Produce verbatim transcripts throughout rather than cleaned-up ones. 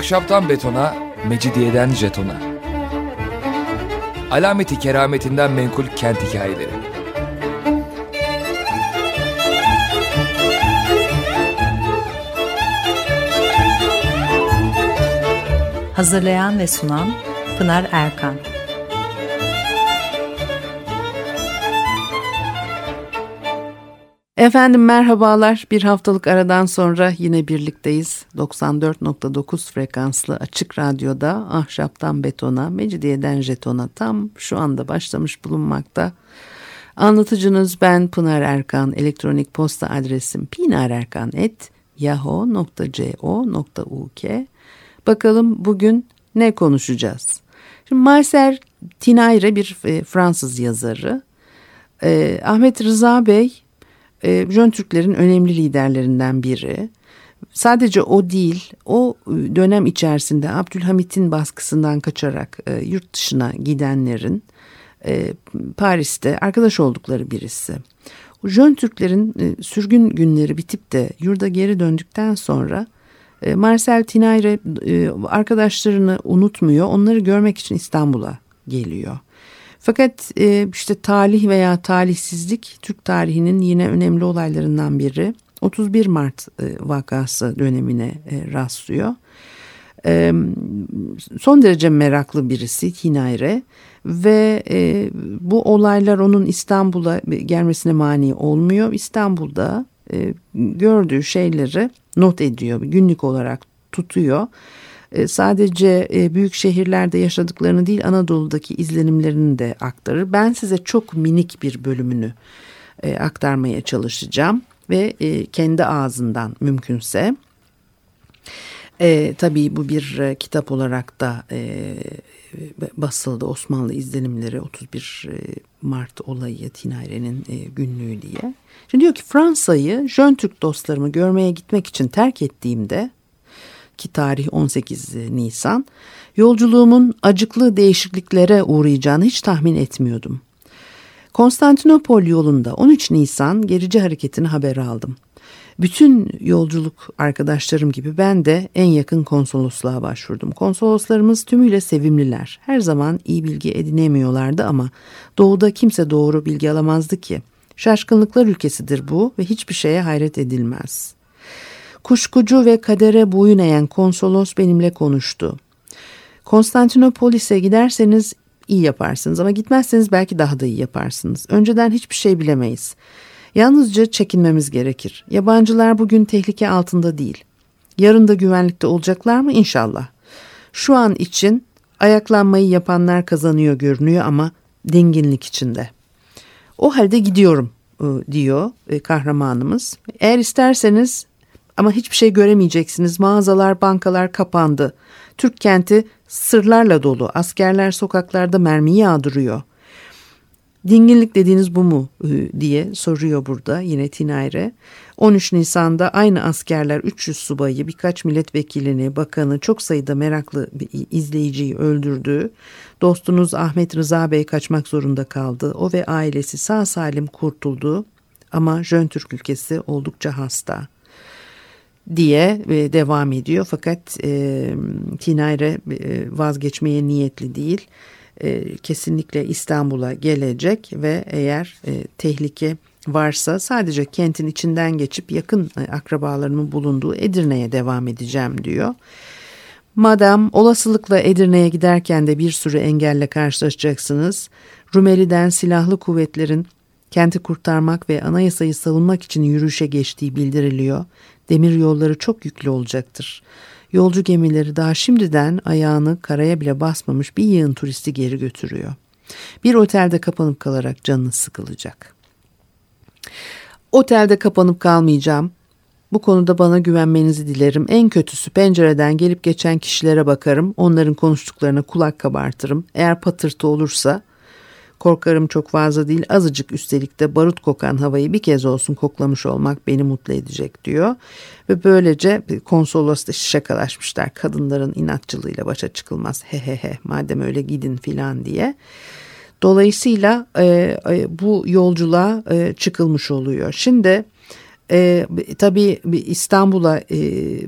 Ahşaptan betona, mecidiyeden jetona. Alameti kerametinden menkul kent hikayeleri. Hazırlayan ve sunan Pınar Erkan. Efendim merhabalar. Bir haftalık aradan sonra yine birlikteyiz. doksan dört nokta dokuz frekanslı Açık Radyo'da Ahşaptan Betona, Mecidiyeden Jeton'a tam şu anda başlamış bulunmakta. Anlatıcınız ben Pınar Erkan. Elektronik posta adresim pinarerkan at yahoo nokta co nokta uk. Bakalım bugün ne konuşacağız? Şimdi Marcel Tinayre bir e, Fransız yazarı. E, Ahmet Rıza Bey Jön Türklerin önemli liderlerinden biri. Sadece o değil, o dönem içerisinde Abdülhamit'in baskısından kaçarak e, yurt dışına gidenlerin e, Paris'te arkadaş oldukları birisi. O Jön Türklerin e, sürgün günleri bitip de yurda geri döndükten sonra e, Marcel Tinayre e, arkadaşlarını unutmuyor, onları görmek için İstanbul'a geliyor. Fakat e, işte talih veya talihsizlik Türk tarihinin yine önemli olaylarından biri. otuz bir Mart e, vakası dönemine e, rastlıyor. E, son derece meraklı birisi Tinayre ve e, bu olaylar onun İstanbul'a gelmesine mani olmuyor. İstanbul'da e, gördüğü şeyleri not ediyor, günlük olarak tutuyor. Sadece büyük şehirlerde yaşadıklarını değil, Anadolu'daki izlenimlerini de aktarır. Ben size çok minik bir bölümünü aktarmaya çalışacağım ve kendi ağzından mümkünse. E, tabii bu bir kitap olarak da e, basıldı, Osmanlı izlenimleri otuz bir Mart olayı, Tinayre'nin e, günlüğü diye. Şimdi diyor ki, Fransa'yı Jön Türk dostlarımı görmeye gitmek için terk ettiğimde, ki tarih on sekiz Nisan, yolculuğumun acıklı değişikliklere uğrayacağını hiç tahmin etmiyordum. Konstantinopol yolunda on üç Nisan gerici hareketini haber aldım. Bütün yolculuk arkadaşlarım gibi ben de en yakın konsolosluğa başvurdum. Konsoloslarımız tümüyle sevimliler. Her zaman iyi bilgi edinemiyorlardı ama doğuda kimse doğru bilgi alamazdı ki. Şaşkınlıklar ülkesidir bu ve hiçbir şeye hayret edilmez. Kuşkucu ve kadere boyun eğen konsolos benimle konuştu. Konstantinopolis'e giderseniz iyi yaparsınız ama gitmezseniz belki daha da iyi yaparsınız. Önceden hiçbir şey bilemeyiz. Yalnızca çekinmemiz gerekir. Yabancılar bugün tehlike altında değil. Yarın da güvenlikte olacaklar mı? İnşallah. Şu an için ayaklanmayı yapanlar kazanıyor görünüyor ama dinginlik içinde. O halde gidiyorum diyor kahramanımız. Eğer isterseniz ama hiçbir şey göremeyeceksiniz. Mağazalar, bankalar kapandı. Türk kenti sırlarla dolu. Askerler sokaklarda mermi yağdırıyor. Dinginlik dediğiniz bu mu diye soruyor burada yine Tinayre. on üç Nisan'da aynı askerler üç yüz subayı, birkaç milletvekilini, bakanı, çok sayıda meraklı izleyiciyi öldürdü. Dostunuz Ahmet Rıza Bey kaçmak zorunda kaldı. O ve ailesi sağ salim kurtuldu ama Jön Türk ülkesi oldukça hasta diye devam ediyor. Fakat e, Tinayre e, vazgeçmeye niyetli değil. E, kesinlikle İstanbul'a gelecek ve eğer e, tehlike varsa sadece kentin içinden geçip yakın e, akrabalarımın bulunduğu Edirne'ye devam edeceğim diyor. Madem olasılıkla Edirne'ye giderken de bir sürü engelle karşılaşacaksınız. Rumeli'den silahlı kuvvetlerin kenti kurtarmak ve anayasayı savunmak için yürüyüşe geçtiği bildiriliyor. Demir yolları çok yüklü olacaktır. Yolcu gemileri daha şimdiden ayağını karaya bile basmamış bir yığın turisti geri götürüyor. Bir otelde kapanıp kalarak canınız sıkılacak. Otelde kapanıp kalmayacağım. Bu konuda bana güvenmenizi dilerim. En kötüsü pencereden gelip geçen kişilere bakarım. Onların konuştuklarına kulak kabartırım. Eğer patırtı olursa, korkarım çok fazla değil, azıcık, üstelik de barut kokan havayı bir kez olsun koklamış olmak beni mutlu edecek diyor. Ve böylece konsolosla şakalaşmışlar. Kadınların inatçılığıyla başa çıkılmaz. He he he madem öyle gidin filan diye. Dolayısıyla e, e, bu yolculuğa e, çıkılmış oluyor. Şimdi E, tabii İstanbul'a e,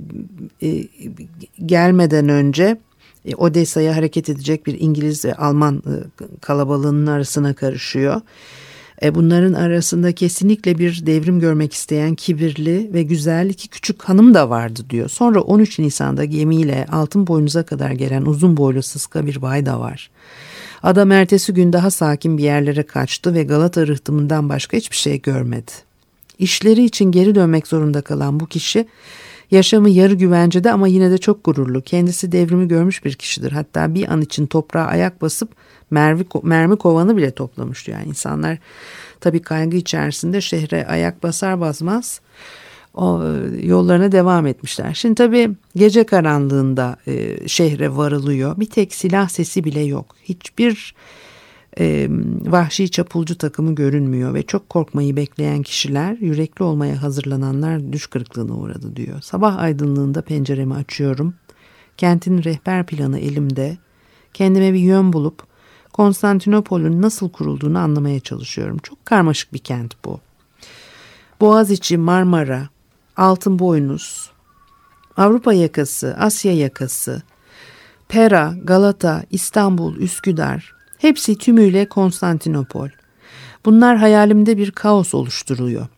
e, gelmeden önce e, Odessa'ya hareket edecek bir İngiliz ve Alman e, kalabalığının arasına karışıyor. E, bunların arasında kesinlikle bir devrim görmek isteyen kibirli ve güzel iki küçük hanım da vardı diyor. Sonra on üç Nisan'da gemiyle Altınboynuz'a kadar gelen uzun boylu sıska bir bay da var. Adam ertesi gün daha sakin bir yerlere kaçtı ve Galata rıhtımından başka hiçbir şey görmedi. İşleri için geri dönmek zorunda kalan bu kişi yaşamı yarı güvencede ama yine de çok gururlu. Kendisi devrimi görmüş bir kişidir. Hatta bir an için toprağa ayak basıp mermi, mermi kovanı bile toplamıştı. Yani insanlar tabii kaygı içerisinde şehre ayak basar basmaz o yollarına devam etmişler. Şimdi tabii gece karanlığında e, şehre varılıyor. Bir tek silah sesi bile yok. Hiçbir e, vahşi çapulcu takımı görünmüyor ve çok korkmayı bekleyen kişiler, yürekli olmaya hazırlananlar düş kırıklığına uğradı diyor. Sabah aydınlığında penceremi açıyorum. Kentin rehber planı elimde. Kendime bir yön bulup Konstantinopol'ün nasıl kurulduğunu anlamaya çalışıyorum. Çok karmaşık bir kent bu. Boğaziçi, Marmara, Altınboynuz, Avrupa yakası, Asya yakası, Pera, Galata, İstanbul, Üsküdar, hepsi tümüyle Konstantinopol. Bunlar hayalimde bir kaos oluşturuyor.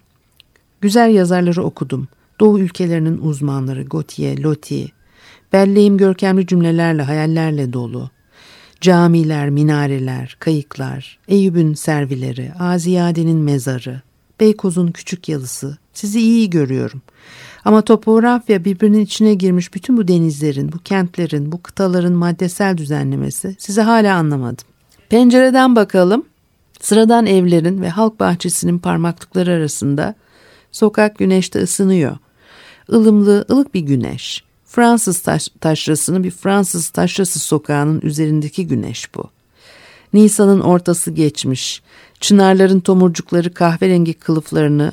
Güzel yazarları okudum. Doğu ülkelerinin uzmanları Gautier, Loti. Belleğim görkemli cümlelerle, hayallerle dolu. Camiler, minareler, kayıklar, Eyüp'ün servileri, Aziyade'nin mezarı, Beykoz'un küçük yalısı. Sizi iyi görüyorum. Ama topografya birbirinin içine girmiş bütün bu denizlerin, bu kentlerin, bu kıtaların maddesel düzenlemesi sizi hala anlamadım. Pencereden bakalım. Sıradan evlerin ve halk bahçesinin parmaklıkları arasında sokak güneşte ısınıyor. Ilımlı, ılık bir güneş. Fransız taş, taşrasının bir Fransız taşrası sokağının üzerindeki güneş bu. Nisan'ın ortası geçmiş. Çınarların tomurcukları kahverengi kılıflarını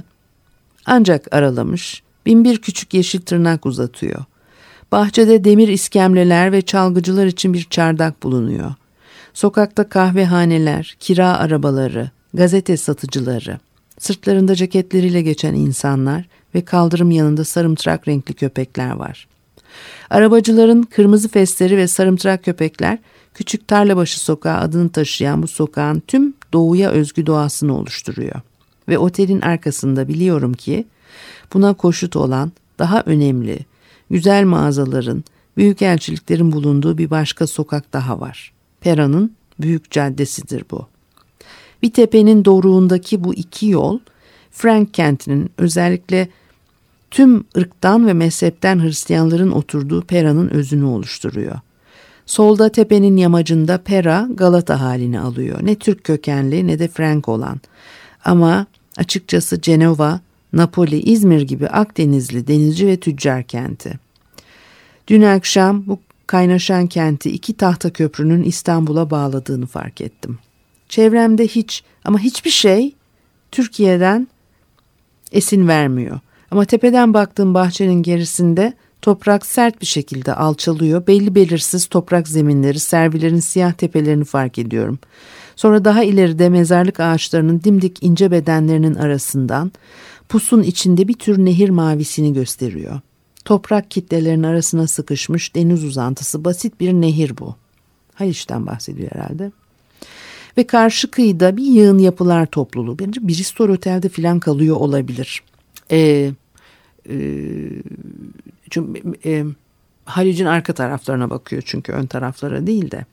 ancak aralamış. Binbir küçük yeşil tırnak uzatıyor. Bahçede demir iskemleler ve çalgıcılar için bir çardak bulunuyor. Sokakta kahvehaneler, kira arabaları, gazete satıcıları, sırtlarında ceketleriyle geçen insanlar ve kaldırım yanında sarımtırak renkli köpekler var. Arabacıların kırmızı fesleri ve sarımtırak köpekler küçük Tarlabaşı Sokağı adını taşıyan bu sokağın tüm doğuya özgü doğasını oluşturuyor. Ve otelin arkasında biliyorum ki buna koşut olan daha önemli, güzel mağazaların, büyükelçiliklerin bulunduğu bir başka sokak daha var. Pera'nın büyük caddesidir bu. Bir tepenin doruğundaki bu iki yol, Frank kentinin özellikle tüm ırktan ve mezhepten Hristiyanların oturduğu Pera'nın özünü oluşturuyor. Solda tepenin yamacında Pera, Galata halini alıyor. Ne Türk kökenli ne de Frank olan. Ama açıkçası Cenova, Napoli, İzmir gibi Akdenizli denizci ve tüccar kenti. Dün akşam bu kaynaşan kenti iki tahta köprünün İstanbul'a bağladığını fark ettim. Çevremde hiç ama hiçbir şey Türkiye'den esin vermiyor. Ama tepeden baktığım bahçenin gerisinde toprak sert bir şekilde alçalıyor. Belli belirsiz toprak zeminleri, servilerin siyah tepelerini fark ediyorum. Sonra daha ileride mezarlık ağaçlarının dimdik ince bedenlerinin arasından pusun içinde bir tür nehir mavisini gösteriyor. Toprak kitlelerinin arasına sıkışmış deniz uzantısı basit bir nehir bu. Haliç'ten bahsediyor herhalde. Ve karşı kıyıda bir yığın yapılar topluluğu. Bence Bristol Otel'de falan kalıyor olabilir. Ee, e, çünkü e, Haliç'in arka taraflarına bakıyor çünkü ön taraflara değil de.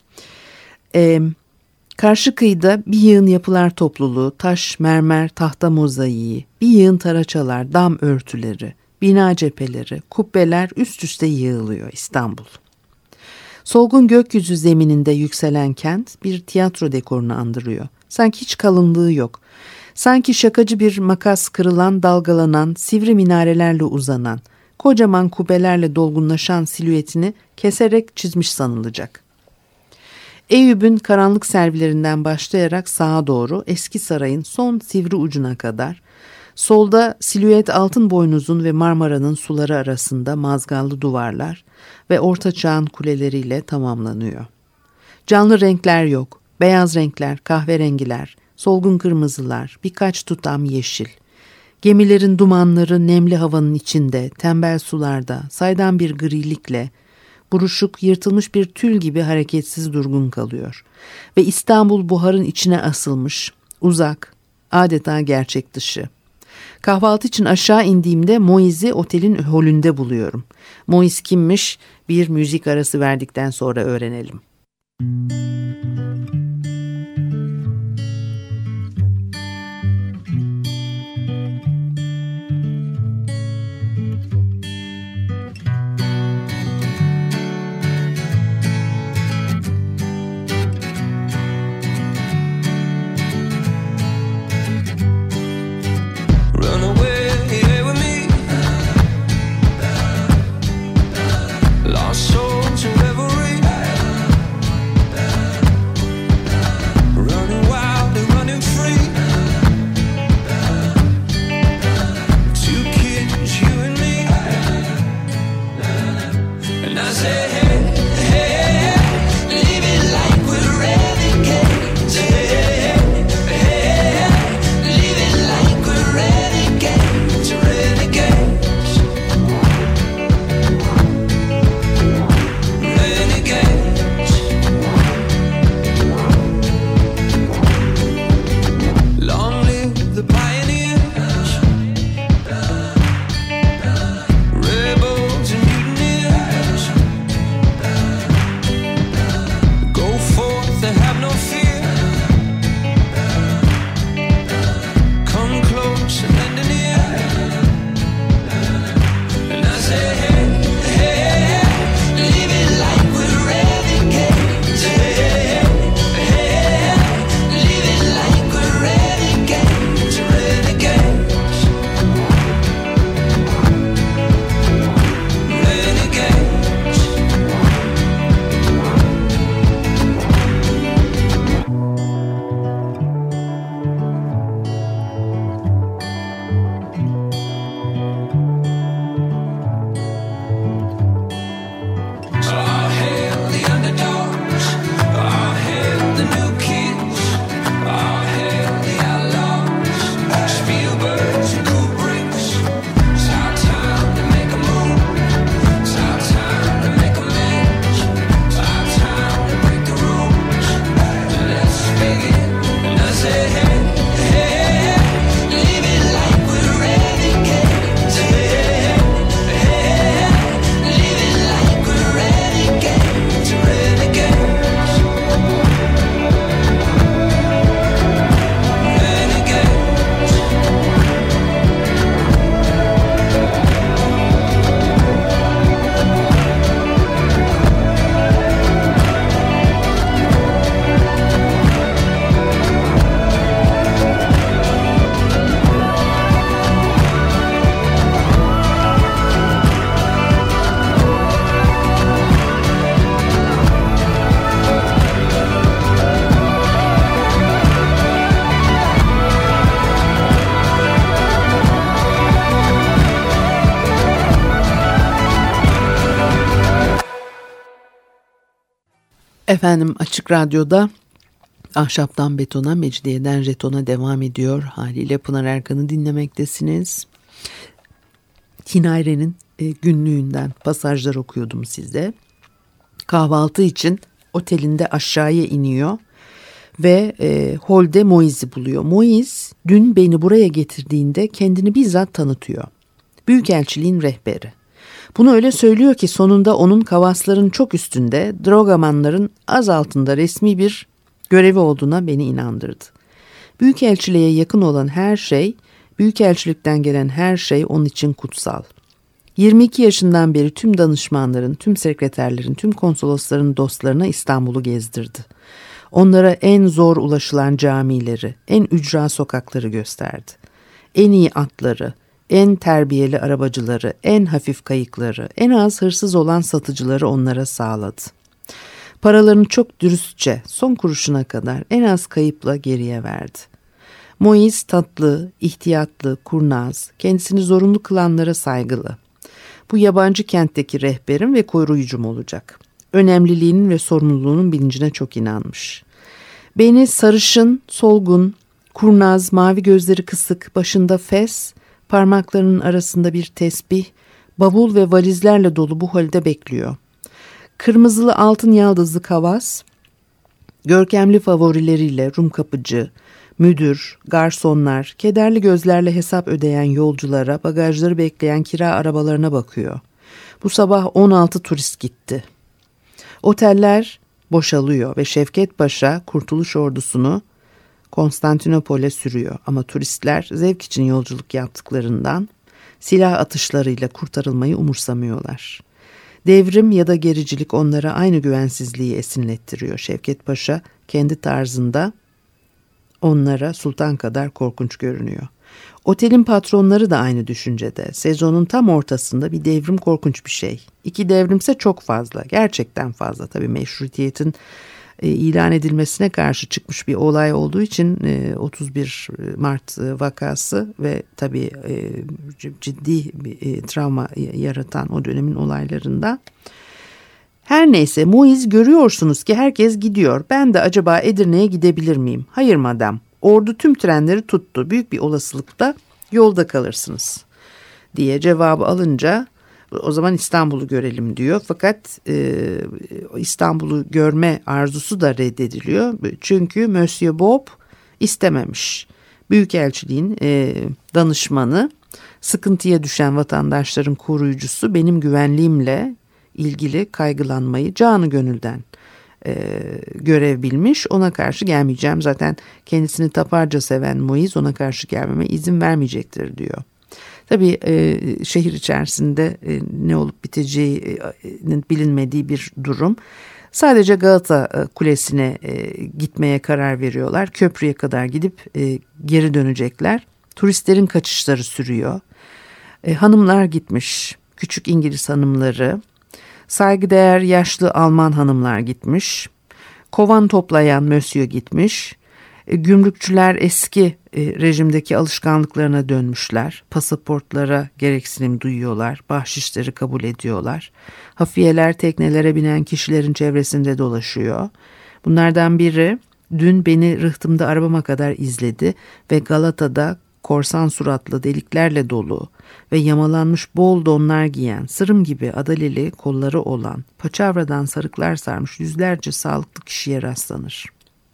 E, karşı kıyıda bir yığın yapılar topluluğu, taş, mermer, tahta mozaiği, bir yığın taraçalar, dam örtüleri, bina cepheleri, kubbeler üst üste yığılıyor İstanbul. Solgun gökyüzü zemininde yükselen kent bir tiyatro dekorunu andırıyor. Sanki hiç kalınlığı yok. Sanki şakacı bir makas kırılan, dalgalanan, sivri minarelerle uzanan, kocaman kubbelerle dolgunlaşan silüetini keserek çizmiş sanılacak. Eyüp'ün karanlık servilerinden başlayarak sağa doğru eski sarayın son sivri ucuna kadar, solda silüet Altınboynuz'un ve Marmara'nın suları arasında mazgallı duvarlar ve Orta Çağ'ın kuleleriyle tamamlanıyor. Canlı renkler yok, beyaz renkler, kahverengiler, solgun kırmızılar, birkaç tutam yeşil. Gemilerin dumanları nemli havanın içinde, tembel sularda, saydam bir grilikle, buruşuk, yırtılmış bir tül gibi hareketsiz durgun kalıyor. Ve İstanbul buharın içine asılmış, uzak, adeta gerçek dışı. Kahvaltı için aşağı indiğimde Moïse'i otelin holünde buluyorum. Moïse kimmiş? Bir müzik arası verdikten sonra öğrenelim. Efendim Açık Radyo'da Ahşaptan Betona, Mecidiyeden Jeton'a devam ediyor. Haliyle Pınar Erkan'ı dinlemektesiniz. Tinayre'nin e, günlüğünden pasajlar okuyordum size. Kahvaltı için otelinde aşağıya iniyor ve e, holde Moïse'i buluyor. Moïse dün beni buraya getirdiğinde kendini bizzat tanıtıyor. Büyükelçiliğin rehberi. Bunu öyle söylüyor ki sonunda onun Kavasların çok üstünde, Drogamanların az altında resmi bir görevi olduğuna beni inandırdı. Büyükelçiliğe yakın olan her şey, büyükelçilikten gelen her şey onun için kutsal. yirmi iki yaşından beri tüm danışmanların, tüm sekreterlerin, tüm konsolosların dostlarına İstanbul'u gezdirdi. Onlara en zor ulaşılan camileri, en ücra sokakları gösterdi. En iyi atları, en terbiyeli arabacıları, en hafif kayıkları, en az hırsız olan satıcıları onlara sağladı. Paralarını çok dürüstçe, son kuruşuna kadar en az kayıpla geriye verdi. Moïse tatlı, ihtiyatlı, kurnaz, kendisini zorunlu kılanlara saygılı. Bu yabancı kentteki rehberim ve koruyucum olacak. Önemliliğinin ve sorumluluğunun bilincine çok inanmış. Beni sarışın, solgun, kurnaz, mavi gözleri kısık, başında fes, parmaklarının arasında bir tesbih, bavul ve valizlerle dolu bu holde bekliyor. Kırmızılı altın yaldızlı kavas, görkemli favorileriyle Rum kapıcı, müdür, garsonlar, kederli gözlerle hesap ödeyen yolculara, bagajları bekleyen kira arabalarına bakıyor. Bu sabah on altı turist gitti. Oteller boşalıyor ve Şevket Paşa Kurtuluş Ordusu'nu Konstantinopol'e sürüyor. Ama turistler zevk için yolculuk yaptıklarından silah atışlarıyla kurtarılmayı umursamıyorlar. Devrim ya da gericilik onlara aynı güvensizliği esinlettiriyor. Şevket Paşa kendi tarzında onlara sultan kadar korkunç görünüyor. Otelin patronları da aynı düşüncede. Sezonun tam ortasında bir devrim korkunç bir şey. İki devrimse çok fazla, gerçekten fazla. Tabii meşrutiyetin e, ilan edilmesine karşı çıkmış bir olay olduğu için e, otuz bir Mart vakası ve tabii e, ciddi bir e, travma yaratan o dönemin olaylarında. Her neyse, Muiz, görüyorsunuz ki herkes gidiyor. Ben de acaba Edirne'ye gidebilir miyim? Hayır madam. Ordu tüm trenleri tuttu. Büyük bir olasılıkla yolda kalırsınız diye cevabı alınca o zaman İstanbul'u görelim diyor. Fakat e, İstanbul'u görme arzusu da reddediliyor. Çünkü Monsieur Bob istememiş. Büyükelçiliğin e, danışmanı, sıkıntıya düşen vatandaşların koruyucusu, benim güvenliğimle ilgili kaygılanmayı canı gönülden e, görev bilmiş. Ona karşı gelmeyeceğim. Zaten kendisini taparca seven Muiz ona karşı gelmeme izin vermeyecektir diyor. Tabii e, şehir içerisinde e, ne olup biteceğinin bilinmediği bir durum. Sadece Galata e, Kulesi'ne e, gitmeye karar veriyorlar. Köprüye kadar gidip e, geri dönecekler. Turistlerin kaçışları sürüyor. E, hanımlar gitmiş. Küçük İngiliz hanımları. Saygıdeğer yaşlı Alman hanımlar gitmiş. Kovan toplayan Monsieur gitmiş. E, gümrükçüler eski e, rejimdeki alışkanlıklarına dönmüşler. Pasaportlara gereksinim duyuyorlar. Bahşişleri kabul ediyorlar. Hafiyeler teknelere binen kişilerin çevresinde dolaşıyor. Bunlardan biri dün beni rıhtımda arabama kadar izledi ve Galata'da korsan suratlı, deliklerle dolu ve yamalanmış bol donlar giyen, sırım gibi adaleli kolları olan, paçavradan sarıklar sarmış yüzlerce sağlıklı kişiye rastlanır.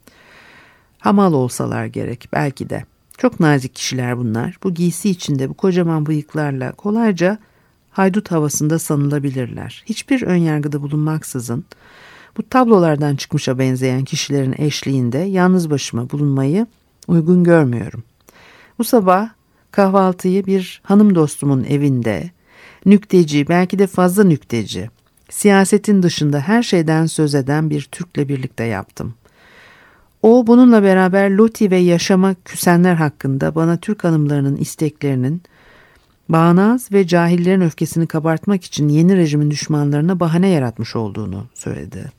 Hamal olsalar gerek belki de. Çok nazik kişiler bunlar. Bu giysi içinde bu kocaman bıyıklarla kolayca haydut havasında sanılabilirler. Hiçbir önyargıda bulunmaksızın bu tablolardan çıkmışa benzeyen kişilerin eşliğinde yalnız başıma bulunmayı uygun görmüyorum. Bu sabah kahvaltıyı bir hanım dostumun evinde, nükteci, belki de fazla nükteci, siyasetin dışında her şeyden söz eden bir Türk'le birlikte yaptım. O bununla beraber Loti ve yaşama küsenler hakkında bana Türk hanımlarının isteklerinin, bağnaz ve cahillerin öfkesini kabartmak için yeni rejimin düşmanlarına bahane yaratmış olduğunu söyledi.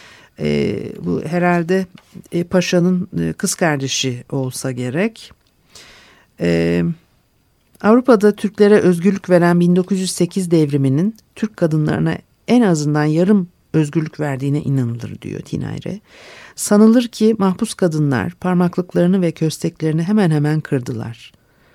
E, bu herhalde e, Paşa'nın e, kız kardeşi olsa gerek. Ee, Avrupa'da Türklere özgürlük veren bin dokuz yüz sekiz devriminin Türk kadınlarına en azından yarım özgürlük verdiğine inanılır diyor Tinayre. Sanılır ki mahpus kadınlar parmaklıklarını ve kösteklerini hemen hemen kırdılar.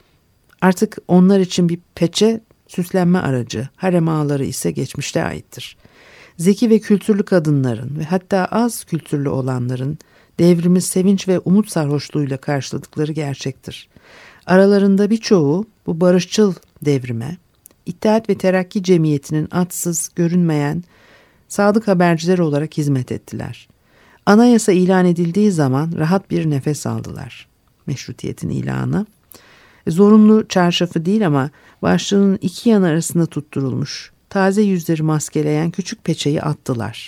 Artık onlar için bir peçe, süslenme aracı, harem ağaları ise geçmişte aittir. Zeki ve kültürlü kadınların ve hatta az kültürlü olanların devrimi sevinç ve umut sarhoşluğuyla karşıladıkları gerçektir. Aralarında birçoğu bu barışçıl devrime, İttihat ve Terakki Cemiyeti'nin adsız, görünmeyen, sadık haberciler olarak hizmet ettiler. Anayasa ilan edildiği zaman rahat bir nefes aldılar. Meşrutiyetin ilanı. Zorunlu çarşafı değil ama başlığının iki yanı arasında tutturulmuş, taze yüzleri maskeleyen küçük peçeyi attılar.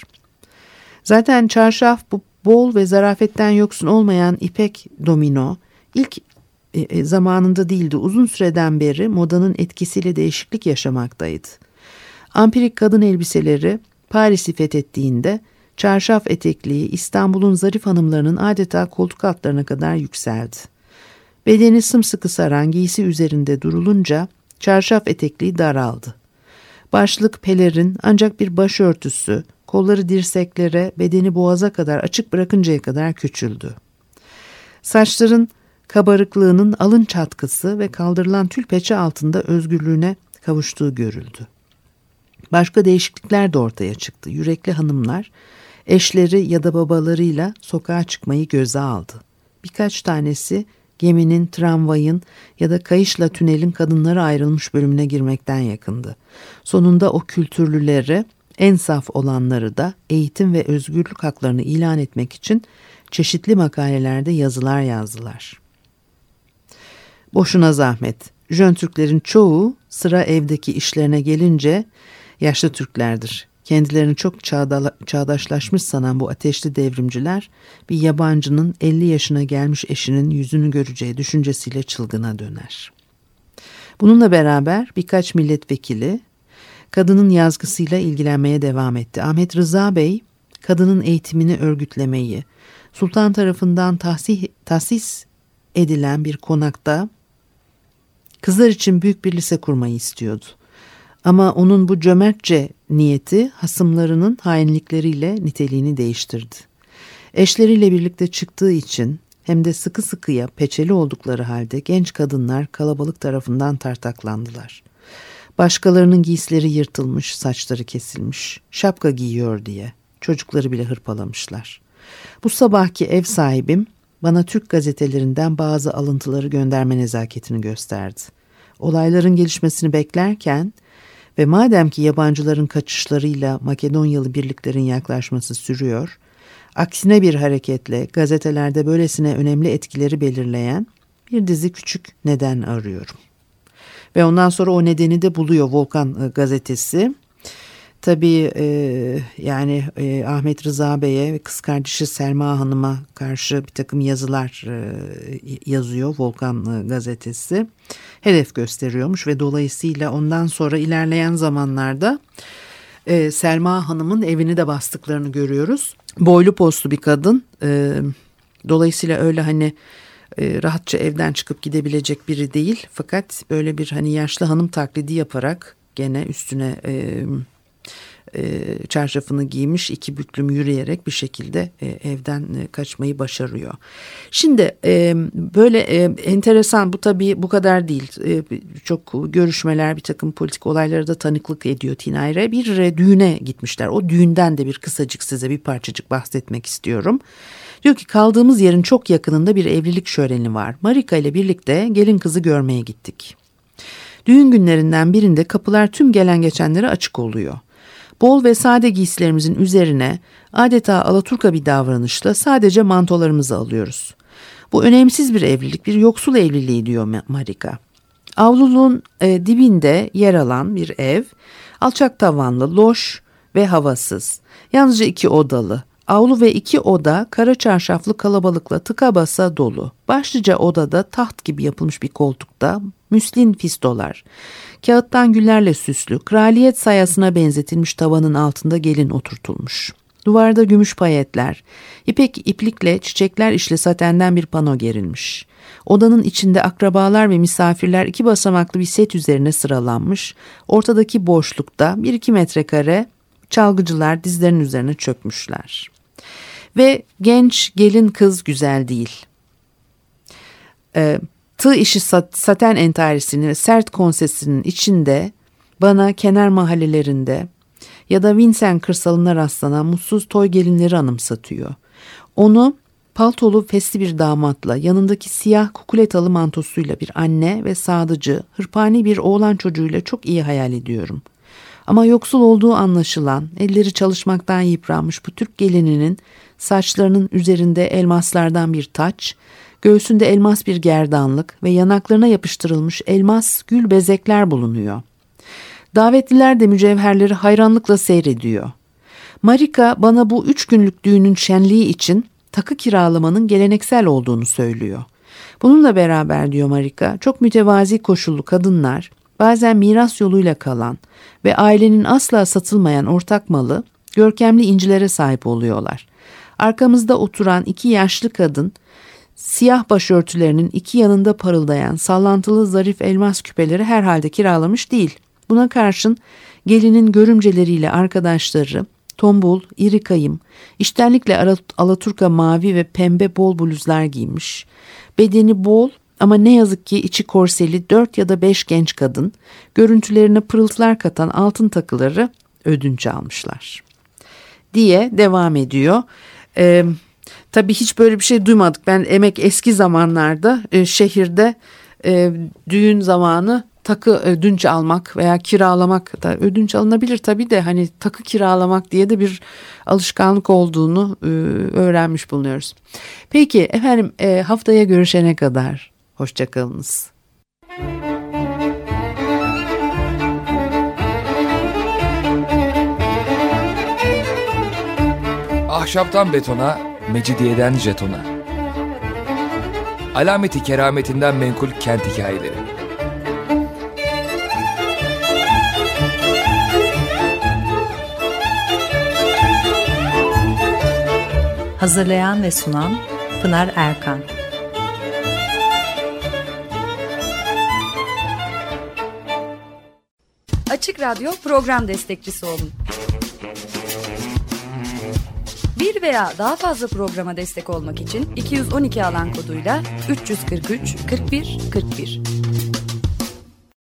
Zaten çarşaf bu bol ve zarafetten yoksun olmayan ipek domino ilk e, zamanında değildi. Uzun süreden beri modanın etkisiyle değişiklik yaşamaktaydı. Ampirik kadın elbiseleri Paris'i fethettiğinde çarşaf etekliği İstanbul'un zarif hanımlarının adeta koltuk altlarına kadar yükseldi. Bedeni sımsıkı saran giysi üzerinde durulunca çarşaf etekliği daraldı. Başlık, pelerin ancak bir başörtüsü, kolları dirseklere, bedeni boğaza kadar açık bırakıncaya kadar küçüldü. Saçların kabarıklığının alın çatkısı ve kaldırılan tül peçe altında özgürlüğüne kavuştuğu görüldü. Başka değişiklikler de ortaya çıktı. Yürekli hanımlar eşleri ya da babalarıyla sokağa çıkmayı göze aldı. Birkaç tanesi geminin, tramvayın ya da kayışla tünelin kadınlara ayrılmış bölümüne girmekten yakındı. Sonunda o kültürlüleri, en saf olanları da eğitim ve özgürlük haklarını ilan etmek için çeşitli makalelerde yazılar yazdılar. Boşuna zahmet. Jön Türklerin çoğu sıra evdeki işlerine gelince yaşlı Türklerdir. Kendilerini çok çağda, çağdaşlaşmış sanan bu ateşli devrimciler bir yabancının elli yaşına gelmiş eşinin yüzünü göreceği düşüncesiyle çılgına döner. Bununla beraber birkaç milletvekili kadının yazgısıyla ilgilenmeye devam etti. Ahmet Rıza Bey kadının eğitimini örgütlemeyi, sultan tarafından tahsis, tahsis edilen bir konakta kızlar için büyük bir lise kurmayı istiyordu. Ama onun bu cömertçe niyeti hasımlarının hainlikleriyle niteliğini değiştirdi. Eşleriyle birlikte çıktığı için hem de sıkı sıkıya peçeli oldukları halde genç kadınlar kalabalık tarafından tartaklandılar. Başkalarının giysileri yırtılmış, saçları kesilmiş, şapka giyiyor diye çocukları bile hırpalamışlar. Bu sabahki ev sahibim bana Türk gazetelerinden bazı alıntıları gönderme nezaketini gösterdi. Olayların gelişmesini beklerken ve madem ki yabancıların kaçışlarıyla Makedonyalı birliklerin yaklaşması sürüyor, aksine bir hareketle gazetelerde böylesine önemli etkileri belirleyen bir dizi küçük neden arıyorum. Ve ondan sonra o nedeni de buluyor Volkan gazetesi. Tabii e, yani e, Ahmet Rıza Bey'e ve kız kardeşi Selma Hanım'a karşı bir takım yazılar e, yazıyor Volkan e, gazetesi. Hedef gösteriyormuş ve dolayısıyla ondan sonra ilerleyen zamanlarda e, Selma Hanım'ın evini de bastıklarını görüyoruz. Boylu postlu bir kadın. E, dolayısıyla öyle hani e, rahatça evden çıkıp gidebilecek biri değil. Fakat böyle bir hani yaşlı hanım taklidi yaparak gene üstüne E, E, çarşafını giymiş, iki büklüm yürüyerek bir şekilde e, evden e, kaçmayı başarıyor. Şimdi e, böyle e, enteresan, bu tabii bu kadar değil. E, çok görüşmeler, bir takım politik olaylara da tanıklık ediyor Tinayre. Bir e, düğüne gitmişler. O düğünden de bir kısacık size bir parçacık bahsetmek istiyorum. Diyor ki kaldığımız yerin çok yakınında bir evlilik şöleni var. Marika ile birlikte gelin kızı görmeye gittik. Düğün günlerinden birinde kapılar tüm gelen geçenlere açık oluyor. Bol ve sade giysilerimizin üzerine adeta alaturka bir davranışla sadece mantolarımızı alıyoruz. Bu önemsiz bir evlilik, bir yoksul evliliği diyor Marika. Avluluğun e, dibinde yer alan bir ev, alçak tavanlı, loş ve havasız. Yalnızca iki odalı. Avlu ve iki oda kara çarşaflı kalabalıkla tıka basa dolu. Başlıca odada taht gibi yapılmış bir koltukta müslin fistolar, kağıttan güllerle süslü, kraliyet sayasına benzetilmiş tavanın altında gelin oturtulmuş. Duvarda gümüş payetler, ipek iplikle çiçekler işli satenden bir pano gerilmiş. Odanın içinde akrabalar ve misafirler iki basamaklı bir set üzerine sıralanmış. Ortadaki boşlukta bir iki metrekare çalgıcılar dizlerinin üzerine çökmüşler. Ve genç gelin kız güzel değil. Ee, tığ işi sat, saten entarisini ve sert konsesinin içinde bana kenar mahallelerinde ya da Vincent kırsalına rastlanan mutsuz toy gelinleri anımsatıyor. Onu paltolu fesli bir damatla, yanındaki siyah kukuletalı mantosuyla bir anne ve sadıcı, hırpani bir oğlan çocuğuyla çok iyi hayal ediyorum. Ama yoksul olduğu anlaşılan, elleri çalışmaktan yıpranmış bu Türk gelininin saçlarının üzerinde elmaslardan bir taç, göğsünde elmas bir gerdanlık ve yanaklarına yapıştırılmış elmas gül bezekler bulunuyor. Davetliler de mücevherleri hayranlıkla seyrediyor. Marika bana bu üç günlük düğünün şenliği için takı kiralamanın geleneksel olduğunu söylüyor. Bununla beraber diyor Marika, çok mütevazi koşullu kadınlar, bazen miras yoluyla kalan ve ailenin asla satılmayan ortak malı, görkemli incilere sahip oluyorlar. Arkamızda oturan iki yaşlı kadın, siyah başörtülerinin iki yanında parıldayan sallantılı zarif elmas küpeleri herhalde kiralamış değil. Buna karşın gelinin görümceleriyle arkadaşları tombul, iri kayım, iştenlikle alaturka mavi ve pembe bol bluzlar giymiş. Bedeni bol ama ne yazık ki içi korseli dört ya da beş genç kadın görüntülerine pırıltılar katan altın takıları ödünç almışlar diye devam ediyor. Ee, tabii hiç böyle bir şey duymadık. Ben emek eski zamanlarda e, şehirde e, düğün zamanı takı ödünç almak veya kiralamak da ödünç alınabilir tabii de hani takı kiralamak diye de bir alışkanlık olduğunu e, öğrenmiş bulunuyoruz. Peki efendim e, haftaya görüşene kadar hoşça kalınız. Ahşaptan betona, mecidiyeden jetona. Alameti kerametinden menkul kent hikayeleri. Hazırlayan ve sunan Pınar Erkan. Açık Radyo program destekçisi olun. Bir veya daha fazla programa destek olmak için iki yüz on iki alan koduyla üç yüz kırk üç kırk bir kırk bir